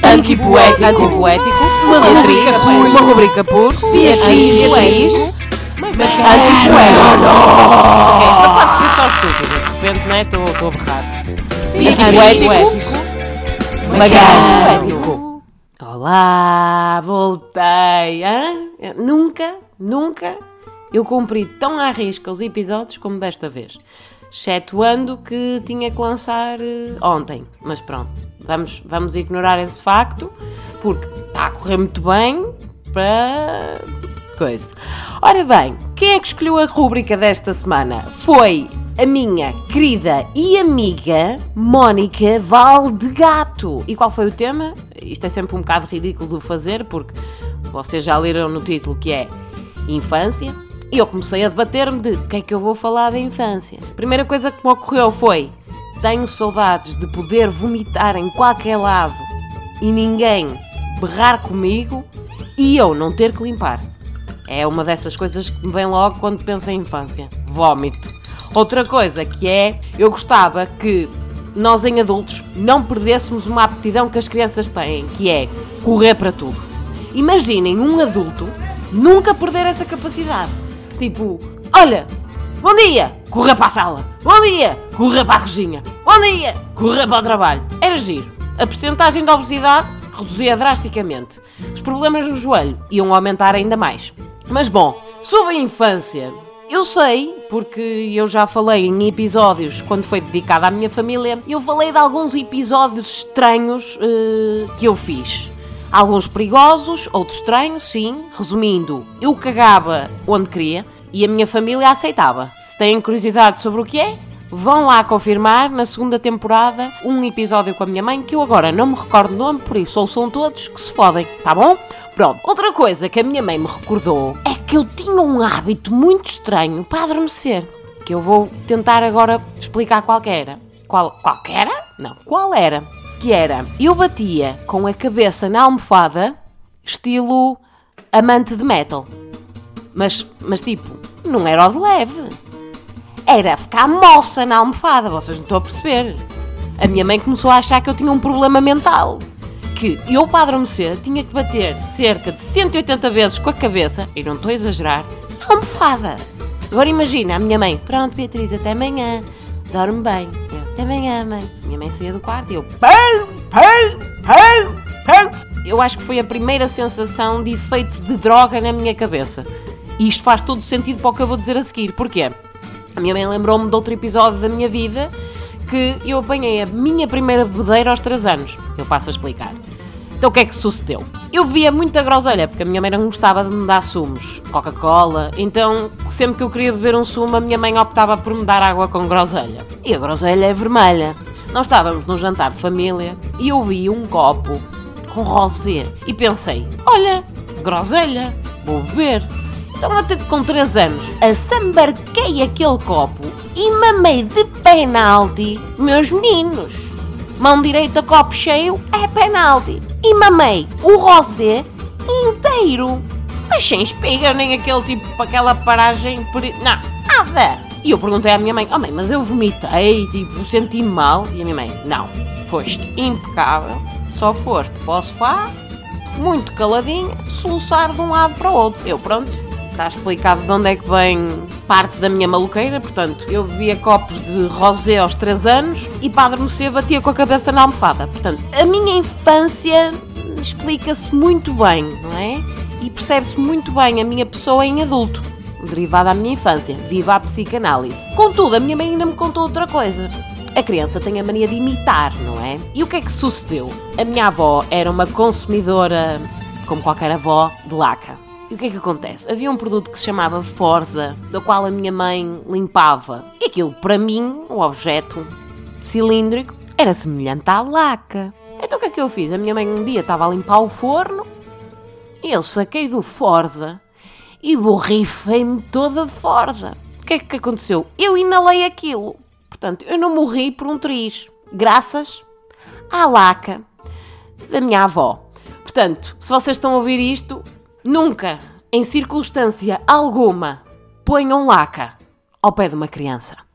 Antipoético. Uma rubrica por Beatriz. Antipoético. Esta parte foi só estúpida. De repente, não é? Estou a berrar. Antipoético. Magano. Olá, voltei. Nunca eu cumpri tão à risca os episódios como desta vez. Excetuando que tinha que lançar ontem. Mas pronto, vamos ignorar esse facto, porque está a correr muito bem para coisa. Ora bem, quem é que escolheu a rúbrica desta semana? Foi a minha querida e amiga Mónica Valdegato. E qual foi o tema? Isto é sempre um bocado ridículo de fazer, porque vocês já leram no título que é infância. E eu comecei a debater-me de o que é que eu vou falar da infância. A primeira coisa que me ocorreu foi: tenho saudades de poder vomitar em qualquer lado e ninguém berrar comigo e eu não ter que limpar. É uma dessas coisas que me vem logo quando penso em infância. Vómito. Outra coisa que é, eu gostava que nós em adultos não perdêssemos uma aptidão que as crianças têm, que é correr para tudo. Imaginem um adulto nunca perder essa capacidade. Tipo, olha, bom dia, correr para a sala. Bom dia, correr para a cozinha. Bom dia, correr para o trabalho. Era giro. A percentagem de obesidade reduzia drasticamente. Os problemas no joelho iam aumentar ainda mais. Mas bom, sobre a infância, eu sei, porque eu já falei em episódios quando foi dedicado à minha família, eu falei de alguns episódios estranhos que eu fiz. Alguns perigosos, outros estranhos, sim. Resumindo, eu cagava onde queria e a minha família aceitava. Se têm curiosidade sobre o que é, vão lá confirmar na segunda temporada um episódio com a minha mãe, que eu agora não me recordo o nome, por isso ouçam todos que se fodem, tá bom? Pronto. Outra coisa que a minha mãe me recordou é que eu tinha um hábito muito estranho para adormecer, que eu vou tentar agora explicar qual era. Qual era? Não, qual era? Que era, eu batia com a cabeça na almofada, estilo amante de metal. Mas tipo, não era o de leve. Era ficar moça na almofada, vocês não estão a perceber. A minha mãe começou a achar que eu tinha um problema mental. Que eu, para adormecer, tinha que bater cerca de 180 vezes com a cabeça, e não estou a exagerar, na almofada. Agora imagina, a minha mãe, pronto Beatriz, até amanhã, dorme bem. Até amanhã, mãe. Minha mãe saía do quarto e eu... Eu acho que foi a primeira sensação de efeito de droga na minha cabeça. E isto faz todo sentido para o que eu vou dizer a seguir. Porquê? A minha mãe lembrou-me de outro episódio da minha vida que eu apanhei a minha primeira bebedeira aos 3 anos. Eu passo a explicar. Então o que é que sucedeu? Eu bebia muita groselha, porque a minha mãe não gostava de me dar sumos, Coca-Cola, então sempre que eu queria beber um sumo, a minha mãe optava por me dar água com groselha. E a groselha é vermelha. Nós estávamos num jantar de família e eu vi um copo com rosé e pensei, olha, groselha, vou beber. Então até que com 3 anos assambarquei aquele copo e mamei de penalti, meus meninos. Mão direita, copo cheio, é penalti. E mamei o rosé inteiro. Mas sem espiga, nem aquele tipo, aquela paragem... Não, nada. E eu perguntei à minha mãe, mãe, mas eu vomitei, tipo, senti-me mal. E a minha mãe, não, foste impecável. Só foste para o sofá, muito caladinha, soluçar de um lado para o outro. Eu, pronto, está explicado de onde é que vem parte da minha maluqueira. Portanto, eu bebia copos de rosé aos 3 anos e para adormecer batia com a cabeça na almofada. Portanto, a minha infância explica-se muito bem, não é? E percebe-se muito bem a minha pessoa em adulto, derivada da minha infância. Viva a psicanálise. Contudo, a minha mãe ainda me contou outra coisa. A criança tem a mania de imitar, não é? E o que é que sucedeu? A minha avó era uma consumidora, como qualquer avó, de laca. E o que é que acontece? Havia um produto que se chamava Forza, do qual a minha mãe limpava. E aquilo, para mim, o objeto cilíndrico, era semelhante à laca. Então o que é que eu fiz? A minha mãe um dia estava a limpar o forno e eu saquei do Forza e borrifei-me toda de Forza. O que é que aconteceu? Eu inalei aquilo. Portanto, eu não morri por um triz, graças à laca da minha avó. Portanto, se vocês estão a ouvir isto, nunca, em circunstância alguma, ponham laca ao pé de uma criança.